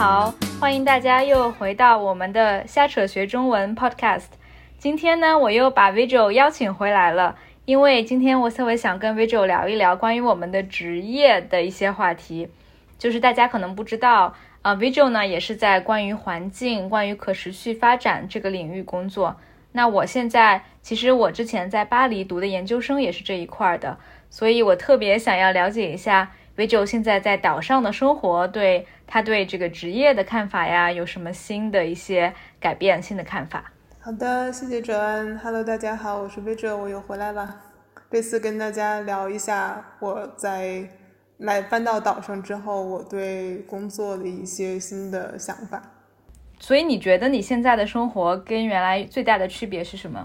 好，欢迎大家又回到我们的瞎扯学中文 podcast。 今天呢，我又把 Vigil 邀请回来了，因为今天我特别想跟 Vigil 聊一聊关于我们的职业的一些话题。就是大家可能不知道Vigil 呢也是在关于环境、关于可持续发展这个领域工作。那我现在其实我之前在巴黎读的研究生也是这一块的，所以我特别想要了解一下 Vigil 现在在岛上的生活，对他对这个职业的看法呀，有什么新的一些改变、新的看法。 好的，谢谢哲安。 Hello， 大家好，我是 Vigil， 我又回来了。这次跟大家聊一下我在搬到岛上之后，我对工作的一些新的想法。 所以你觉得你现在的生活跟原来最大的区别是什么？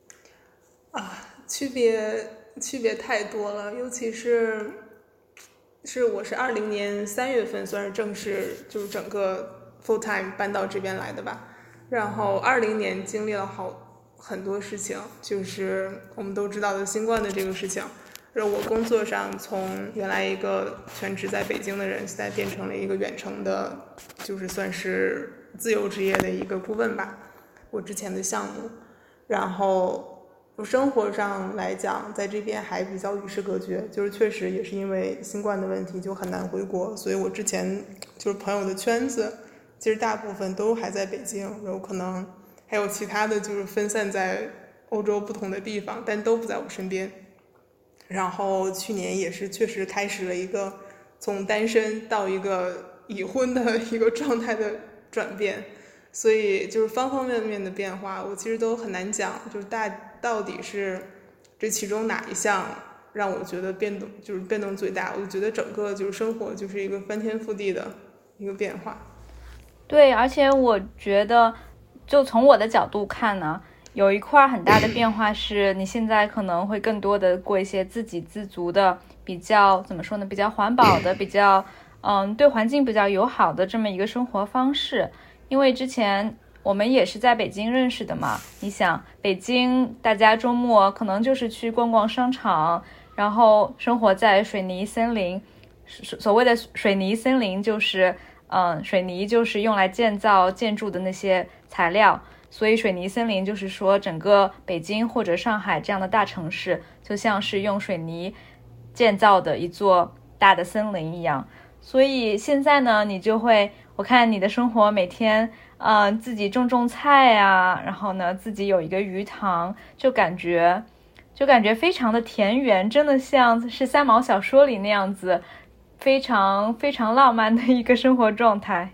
区别太多了，尤其是我是20年3月份算是正式就是整个 full time 搬到这边来的吧。然后20年经历了很多事情，就是我们都知道的新冠的这个事情。然后我工作上从原来一个全职在北京的人，现在变成了一个远程的，就是算是自由职业的一个顾问吧，我之前的项目。然后我生活上来讲，在这边还比较与世隔绝，就是确实也是因为新冠的问题就很难回国，所以我之前就是朋友的圈子其实大部分都还在北京，然后可能还有其他的就是分散在欧洲不同的地方，但都不在我身边。然后去年也是确实开始了一个从单身到一个已婚的一个状态的转变，所以就是方方面面的变化，我其实都很难讲，就是到底是这其中哪一项让我觉得变动最大。我就觉得整个就是生活就是一个翻天覆地的一个变化。 对，而且我觉得就从我的角度看呢，有一块很大的变化是你现在可能会更多的过一些自给自足的，比较怎么说呢，比较环保的，比较对环境比较友好的这么一个生活方式。因为之前我们也是在北京认识的嘛，你想北京大家周末可能就是去逛逛商场，然后生活在水泥森林。所谓的水泥森林就是水泥就是用来建造建筑的那些材料，所以水泥森林就是说整个北京或者上海这样的大城市就像是用水泥建造的一座大的森林一样。所以现在呢，你就会，我看你的生活每天自己种菜啊，然后呢自己有一个鱼塘，就感觉非常的田园，真的像是三毛小说里那样子，非常非常浪漫的一个生活状态。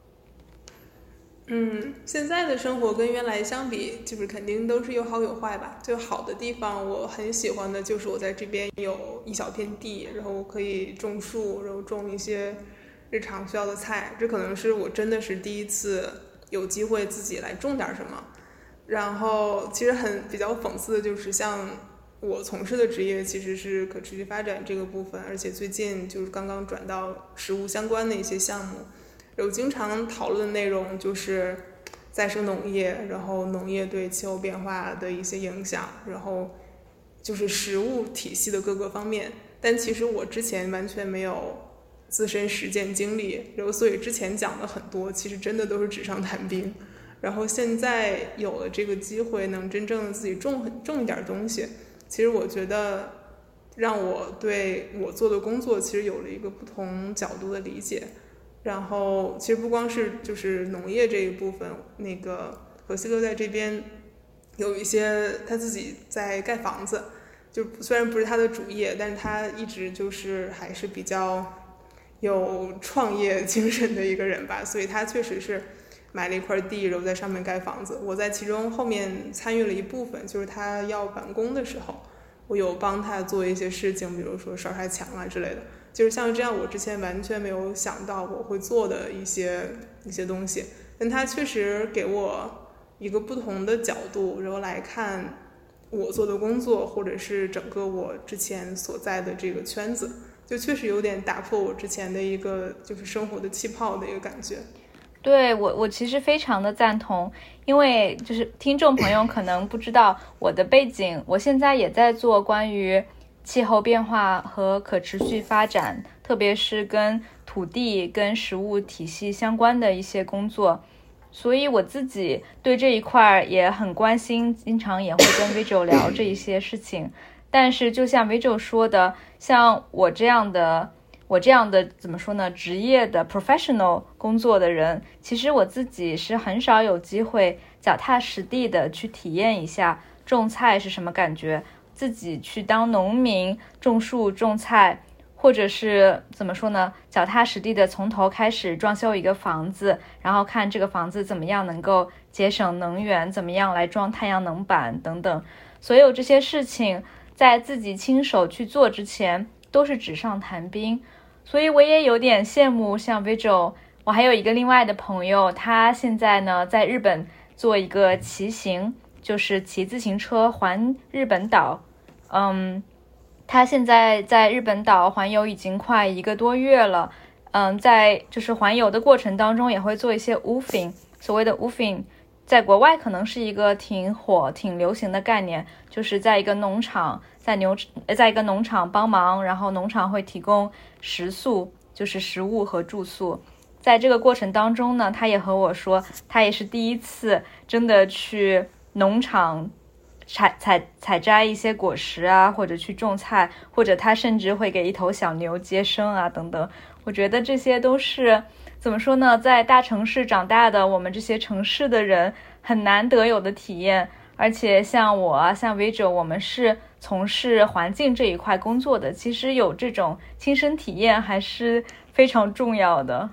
现在的生活跟原来相比，就是肯定都是有好有坏吧。就好的地方，我很喜欢的就是我在这边有一小片地，然后我可以种树，然后种一些日常需要的菜。这可能是我真的是第一次有机会自己来种点什么。然后其实比较讽刺的就是，像我从事的职业其实是可持续发展这个部分，而且最近就是刚刚转到食物相关的一些项目。有经常讨论的内容就是再生农业，然后农业对气候变化的一些影响，然后就是食物体系的各个方面。但其实我之前完全没有自身实践经历，然后所以之前讲的很多其实真的都是纸上谈兵。然后现在有了这个机会能真正的自己种一点东西，其实我觉得让我对我做的工作其实有了一个不同角度的理解。然后其实不光是就是农业这一部分，那个何西勒在这边有一些他自己在盖房子，就虽然不是他的主业，但是他一直就是还是比较有创业精神的一个人吧，所以他确实是买了一块地，然后在上面盖房子。我在其中后面参与了一部分，就是他要完工的时候，我有帮他做一些事情，比如说刷墙啊之类的。就是像这样我之前完全没有想到我会做的一些东西，但它确实给我一个不同的角度，然后来看我做的工作，或者是整个我之前所在的这个圈子，就确实有点打破我之前的一个就是生活的气泡的一个感觉。 对，我其实非常的赞同，因为就是听众朋友可能不知道我的背景，我现在也在做关于气候变化和可持续发展，特别是跟土地跟食物体系相关的一些工作，所以我自己对这一块也很关心，经常也会跟 Vigil 聊这一些事情。但是就像 Vigil 说的，像我这样的怎么说呢，职业的 professional 工作的人，其实我自己是很少有机会脚踏实地的去体验一下种菜是什么感觉，自己去当农民种树种菜，或者是怎么说呢，脚踏实地的从头开始装修一个房子，然后看这个房子怎么样能够节省能源，怎么样来装太阳能板等等。所有这些事情在自己亲手去做之前都是纸上谈兵，所以我也有点羡慕像 Vigil。 我还有一个另外的朋友，他现在呢在日本做一个骑行，就是骑自行车环日本岛。他现在在日本岛环游已经快1个多月了。在就是环游的过程当中也会做一些 woofing。 所谓的 woofing 在国外可能是一个挺火挺流行的概念，就是在一个农场帮忙，然后农场会提供食宿，就是食物和住宿。在这个过程当中呢，他也和我说他也是第一次真的去农场采摘一些果实啊，或者去种菜，或者他甚至会给一头小牛接生啊等等。我觉得这些都是怎么说呢，在大城市长大的我们这些城市的人很难得有的体验。而且像我啊，像 Vigil， 我们是从事环境这一块工作的，其实有这种亲身体验还是非常重要的。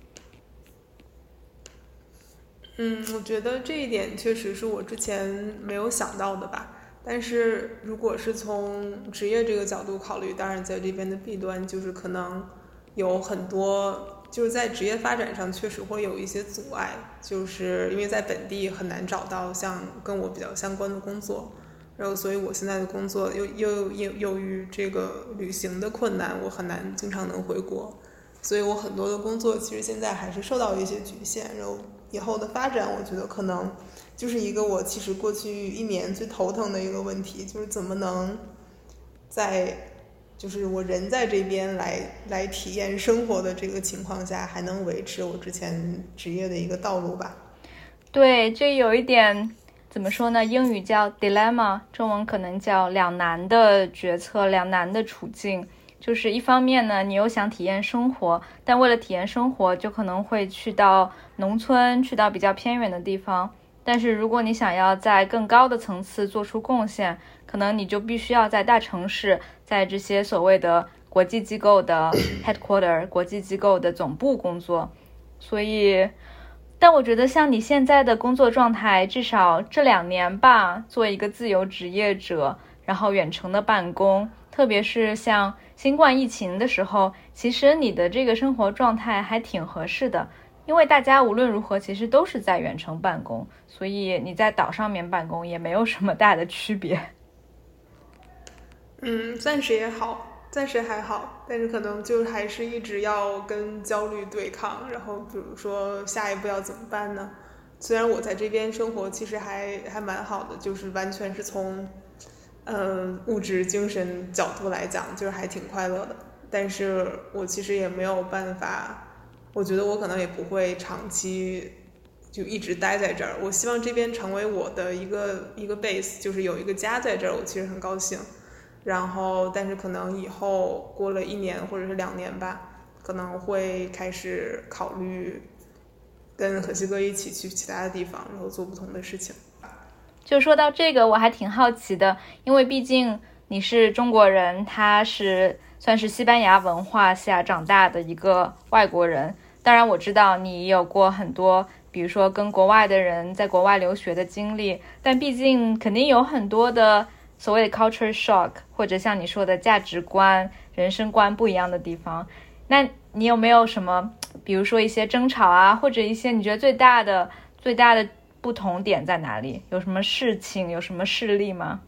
我觉得这一点确实是我之前没有想到的吧。但是如果是从职业这个角度考虑，当然在这边的弊端就是可能有很多，就是在职业发展上确实会有一些阻碍，就是因为在本地很难找到像跟我比较相关的工作，然后所以我现在的工作由于这个旅行的困难，我很难经常能回国，所以我很多的工作其实现在还是受到一些局限。然后以后的发展，我觉得可能就是一个我其实过去1年最头疼的一个问题，就是怎么能在就是我人在这边来体验生活的这个情况下，还能维持我之前职业的一个道路吧。 对，这有一点怎么说呢，英语叫 dilemma， 中文可能叫两难的决策，两难的处境。就是一方面呢，你又想体验生活，但为了体验生活就可能会去到农村，去到比较偏远的地方。但是如果你想要在更高的层次做出贡献，可能你就必须要在大城市，在这些所谓的国际机构的 headquarter 国际机构的总部工作。所以但我觉得像你现在的工作状态，至少这2年吧，做一个自由职业者，然后远程的办公，特别是像新冠疫情的时候，其实你的这个生活状态还挺合适的，因为大家无论如何其实都是在远程办公，所以你在岛上面办公也没有什么大的区别。 暂时也好，暂时还好，但是可能就还是一直要跟焦虑对抗。然后比如说下一步要怎么办呢？虽然我在这边生活其实还蛮好的，就是完全是从物质精神角度来讲，就是还挺快乐的。但是我其实也没有办法，我觉得我可能也不会长期就一直待在这儿。我希望这边成为我的一个 base， 就是有一个家在这儿，我其实很高兴。然后但是可能以后过了1年或者是2年吧，可能会开始考虑跟可西哥一起去其他的地方，然后做不同的事情。 就说到这个我还挺好奇的，因为毕竟你是中国人，他是算是西班牙文化下长大的一个外国人。当然我知道你有过很多比如说跟国外的人在国外留学的经历，但毕竟肯定有很多的所谓的 culture shock， 或者像你说的价值观人生观不一样的地方。那你有没有什么比如说一些争吵啊，或者一些你觉得最大的不同点在哪里？有什么事情有什么事例吗？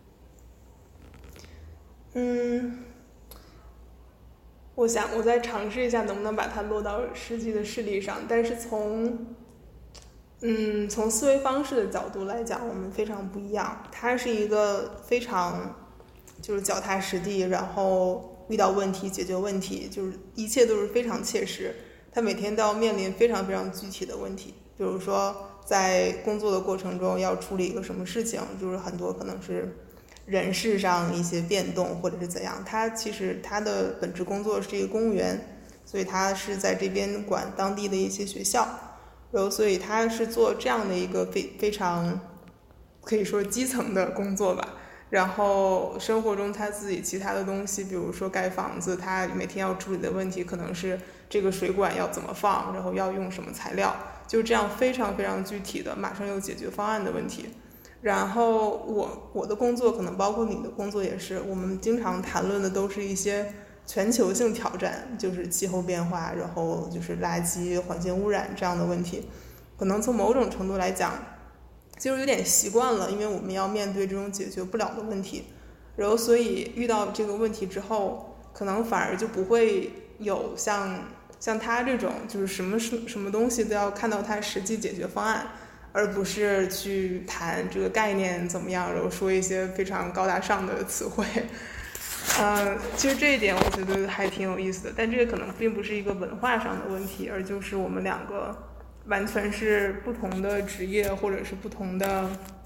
我想我再尝试一下能不能把它落到实际的事例上。但是从思维方式的角度来讲，我们非常不一样。他是一个非常就是脚踏实地，然后遇到问题解决问题，就是一切都是非常切实。他每天都要面临非常非常具体的问题，比如说在工作的过程中要处理一个什么事情，就是很多可能是人事上一些变动或者是怎样。他其实他的本职工作是一个公务员，所以他是在这边管当地的一些学校，然后所以他是做这样的一个非常可以说基层的工作吧。然后生活中他自己其他的东西，比如说盖房子，他每天要处理的问题可能是这个水管要怎么放，然后要用什么材料，就这样非常非常具体的马上有解决方案的问题。然后我的工作可能包括你的工作也是，我们经常谈论的都是一些全球性挑战，就是气候变化，然后就是垃圾环境污染这样的问题。可能从某种程度来讲就是有点习惯了，因为我们要面对这种解决不了的问题，然后所以遇到这个问题之后，可能反而就不会有像他这种就是什么东西都要看到他实际解决方案，而不是去谈这个概念怎么样，然后说一些非常高大上的词汇。其实这一点我觉得还挺有意思的，但这个可能并不是一个文化上的问题，而就是我们两个完全是不同的职业或者是不同的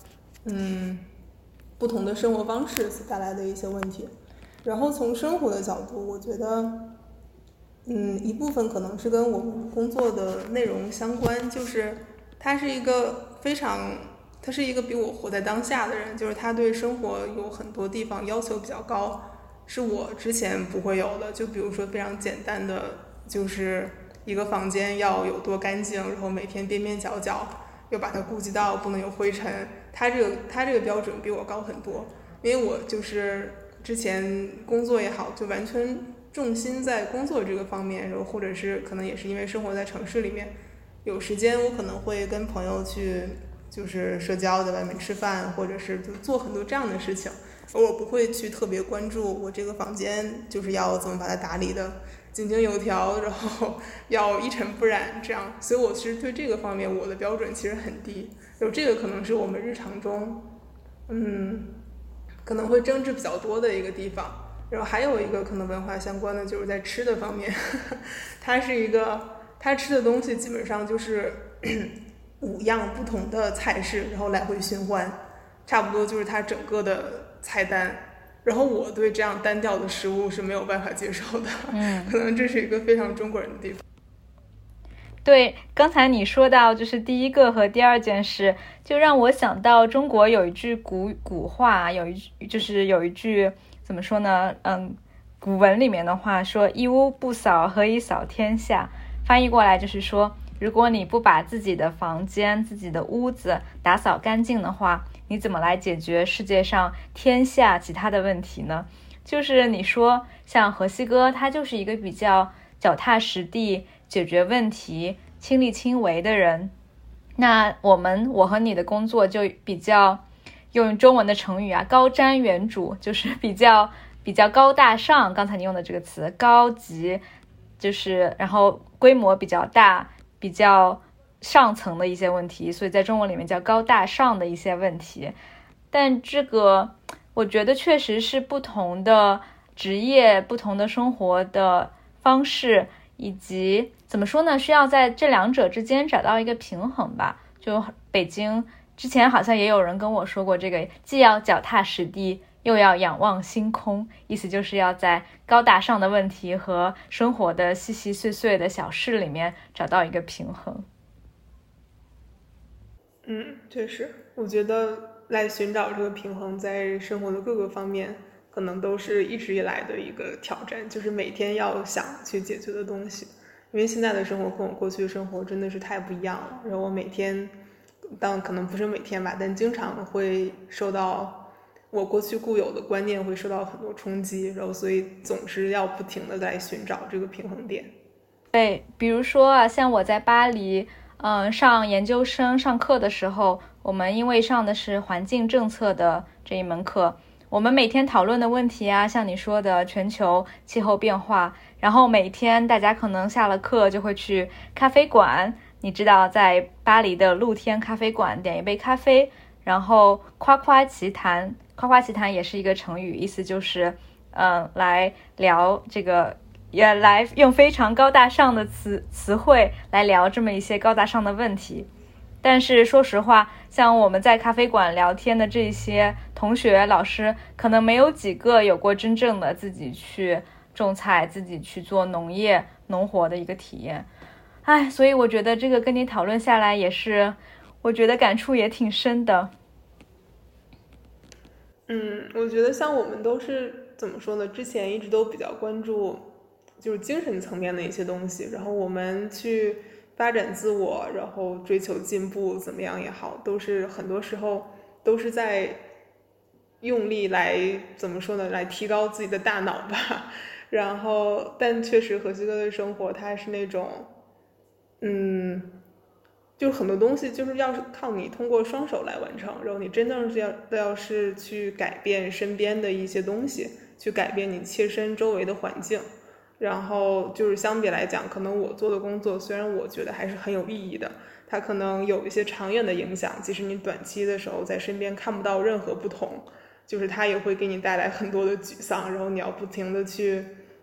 生活方式所带来的一些问题。然后从生活的角度，我觉得一部分可能是跟我们工作的内容相关，就是他是一个比我活在当下的人，就是他对生活有很多地方要求比较高，是我之前不会有的。就比如说非常简单的，就是一个房间要有多干净，然后每天边边角角要把它顾及到不能有灰尘，他这个标准比我高很多。因为我就是之前工作也好，就完全重心在工作这个方面，然后或者是可能也是因为生活在城市里面，有时间我可能会跟朋友去就是社交，在外面吃饭，或者是就做很多这样的事情，而我不会去特别关注我这个房间就是要怎么把它打理的井井有条，然后要一尘不染这样。所以我其实对这个方面我的标准其实很低，然后这个可能是我们日常中可能会争执比较多的一个地方。然后还有一个可能文化相关的就是在吃的方面，他吃的东西基本上就是5样不同的菜式，然后来回循环，差不多就是他整个的菜单。然后我对这样单调的食物是没有办法接受的，可能这是一个非常中国人的地方。 对，刚才你说到就是第一个和第二件事，就让我想到中国有一句古话，有一句怎么说呢？古文里面的话说一屋不扫何以扫天下，翻译过来就是说，如果你不把自己的房间自己的屋子打扫干净的话，你怎么来解决世界上天下其他的问题呢？就是你说像荷西哥，他就是一个比较脚踏实地解决问题亲力亲为的人。那我和你的工作就比较用中文的成语高瞻远瞩，就是比较高大上，刚才你用的这个词高级，就是然后规模比较大，比较上层的一些问题，所以在中文里面叫高大上的一些问题。但这个我觉得确实是不同的职业不同的生活的方式，以及怎么说呢，需要在这两者之间找到一个平衡吧。就北京之前好像也有人跟我说过，这个既要脚踏实地又要仰望星空，意思就是要在高大上的问题和生活的细细碎碎的小事里面找到一个平衡。 确实，我觉得来寻找这个平衡，在生活的各个方面可能都是一直以来的一个挑战，就是每天要想去解决的东西。因为现在的生活跟我过去的生活真的是太不一样了，然后我每天可能不是每天吧，但经常会受到我过去固有的观念会受到很多冲击，然后所以总是要不停的在寻找这个平衡点。 对，比如说像我在巴黎上研究生上课的时候，我们因为上的是环境政策的这一门课，我们每天讨论的问题像你说的全球气候变化，然后每天大家可能下了课就会去咖啡馆，你知道在巴黎的露天咖啡馆点一杯咖啡，然后夸夸其谈也是一个成语，意思就是来聊这个，也来用非常高大上的词汇来聊这么一些高大上的问题。但是说实话，像我们在咖啡馆聊天的这些同学老师，可能没有几个有过真正的自己去种菜，自己去做农业农活的一个体验。所以我觉得这个跟你讨论下来也是，我觉得感触也挺深的。 我觉得像我们都是怎么说呢？之前一直都比较关注就是精神层面的一些东西，然后我们去发展自我，然后追求进步，怎么样也好，都是很多时候都是在用力来怎么说呢？来提高自己的大脑吧。然后，但确实荷西哥的生活，它是那种，就很多东西就是要是靠你通过双手来完成，然后你真正是要是去改变身边的一些东西，去改变你切身周围的环境。然后就是相比来讲，可能我做的工作虽然我觉得还是很有意义的，它可能有一些长远的影响，即使你短期的时候在身边看不到任何不同，就是它也会给你带来很多的沮丧，然后你要不停的去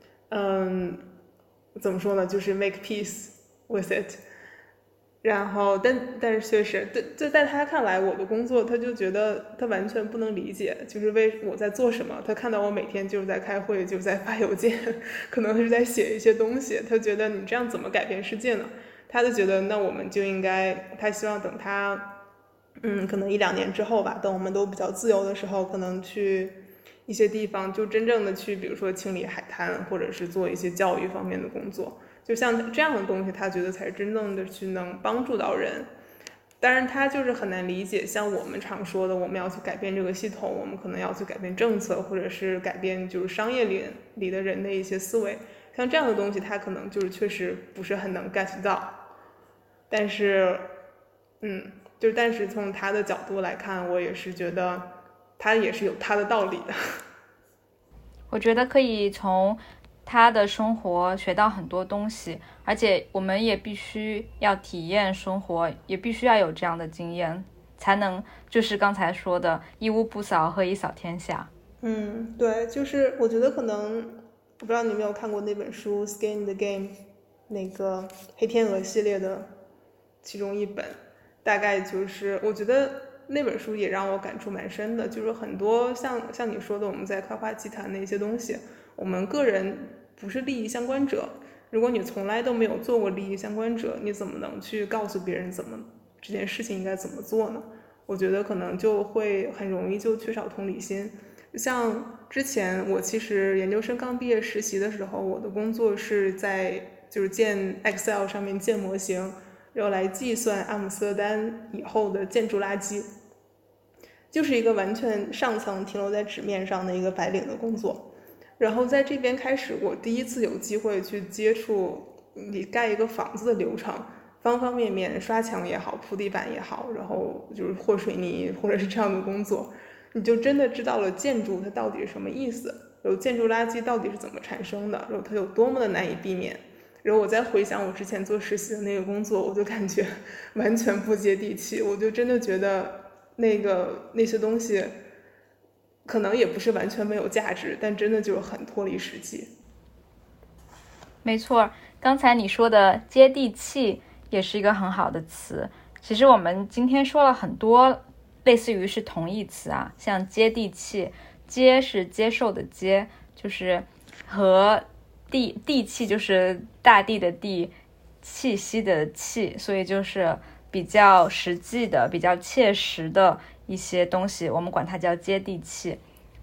怎么说呢，就是 make peace with it。然后但是确实就在他看来，我的工作他就觉得他完全不能理解，就是为我在做什么。他看到我每天就是在开会，就是在发邮件，可能是在写一些东西，他觉得你这样怎么改变世界呢？他就觉得那我们就应该，他希望等他可能1-2年之后吧，等我们都比较自由的时候，可能去一些地方就真正的去，比如说清理海滩，或者是做一些教育方面的工作。就像这样的东西，他觉得才是真正的去能帮助到人。当然他就是很难理解，像我们常说的，我们要去改变这个系统，我们可能要去改变政策，或者是改变就是商业里的人的一些思维，像这样的东西他可能就是确实不是很能 get 到。但是但是从他的角度来看，我也是觉得他也是有他的道理的。 我觉得可以从他的生活学到很多东西，而且我们也必须要体验生活，也必须要有这样的经验，才能就是刚才说的一屋不扫何以扫天下。 对，就是我觉得可能我不知道你有没有看过那本书 Skin in the Game， 那个黑天鹅系列的其中一本，大概就是我觉得那本书也让我感触蛮深的，就是很多像你说的我们在夸夸其谈的一些东西，我们个人不是利益相关者，如果你从来都没有做过利益相关者，你怎么能去告诉别人这件事情应该怎么做呢？我觉得可能就会很容易就缺少同理心。像之前我其实研究生刚毕业实习的时候，我的工作是在就是建 Excel 上面建模型，然后来计算阿姆斯特丹以后的建筑垃圾，就是一个完全上层停留在纸面上的一个白领的工作。然后在这边开始，我第一次有机会去接触你盖一个房子的流程，方方面面，刷墙也好，铺地板也好，然后就是和水泥或者是这样的工作，你就真的知道了建筑它到底是什么意思，然后建筑垃圾到底是怎么产生的，然后它有多么的难以避免。然后我再回想我之前做实习的那个工作，我就感觉完全不接地气，我就真的觉得那些东西可能也不是完全没有价值，但真的就是很脱离实际。 没错，刚才你说的接地气也是一个很好的词。其实我们今天说了很多类似于是同义词啊，像接地气，接是接受的接，就是和地气就是大地的地，气息的气，所以就是比较实际的比较切实的一些东西，我们管它叫接地气。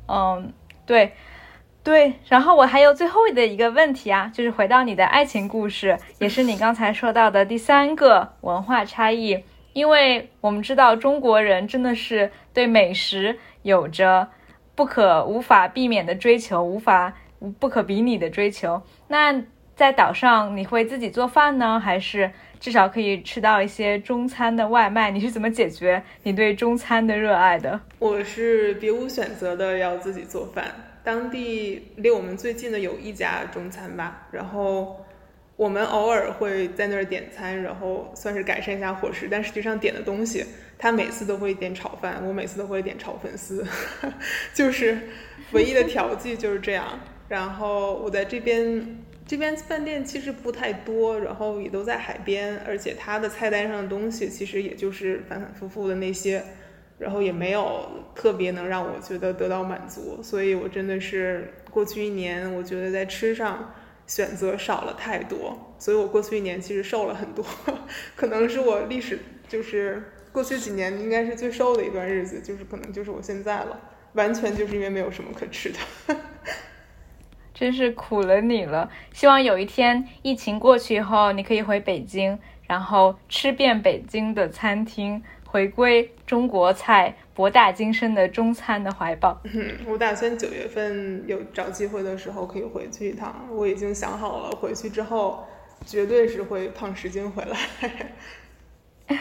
对，然后我还有最后的一个问题啊，就是回到你的爱情故事，也是你刚才说到的第3个文化差异。因为我们知道中国人真的是对美食有着无法避免的追求，不可比拟的追求。那在岛上你会自己做饭呢，还是至少可以吃到一些中餐的外卖？你是怎么解决你对中餐的热爱的？ 我是别无选择的要自己做饭。当地离我们最近的有一家中餐吧，然后我们偶尔会在那儿点餐，然后算是改善一下伙食，但实际上点的东西，他每次都会点炒饭，我每次都会点炒粉丝，就是唯一的调剂就是这样。然后我在这边饭店其实不太多，然后也都在海边，而且它的菜单上的东西其实也就是反反复复的那些，然后也没有特别能让我觉得得到满足，所以我真的是过去1年，我觉得在吃上选择少了太多，所以我过去1年其实瘦了很多，可能是我历史就是过去几年应该是最瘦的一段日子，就是可能就是我现在了，完全就是因为没有什么可吃的。 真是苦了你了，希望有一天疫情过去以后，你可以回北京，然后吃遍北京的餐厅，回归中国菜博大精深的中餐的怀抱。 我打算9月份有找机会的时候可以回去一趟，我已经想好了，回去之后绝对是会胖10斤回来。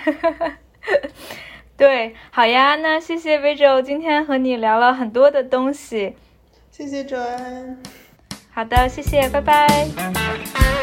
对，好呀，那谢谢 Visual， 今天和你聊了很多的东西。 谢谢周安。 好的，谢谢，拜拜。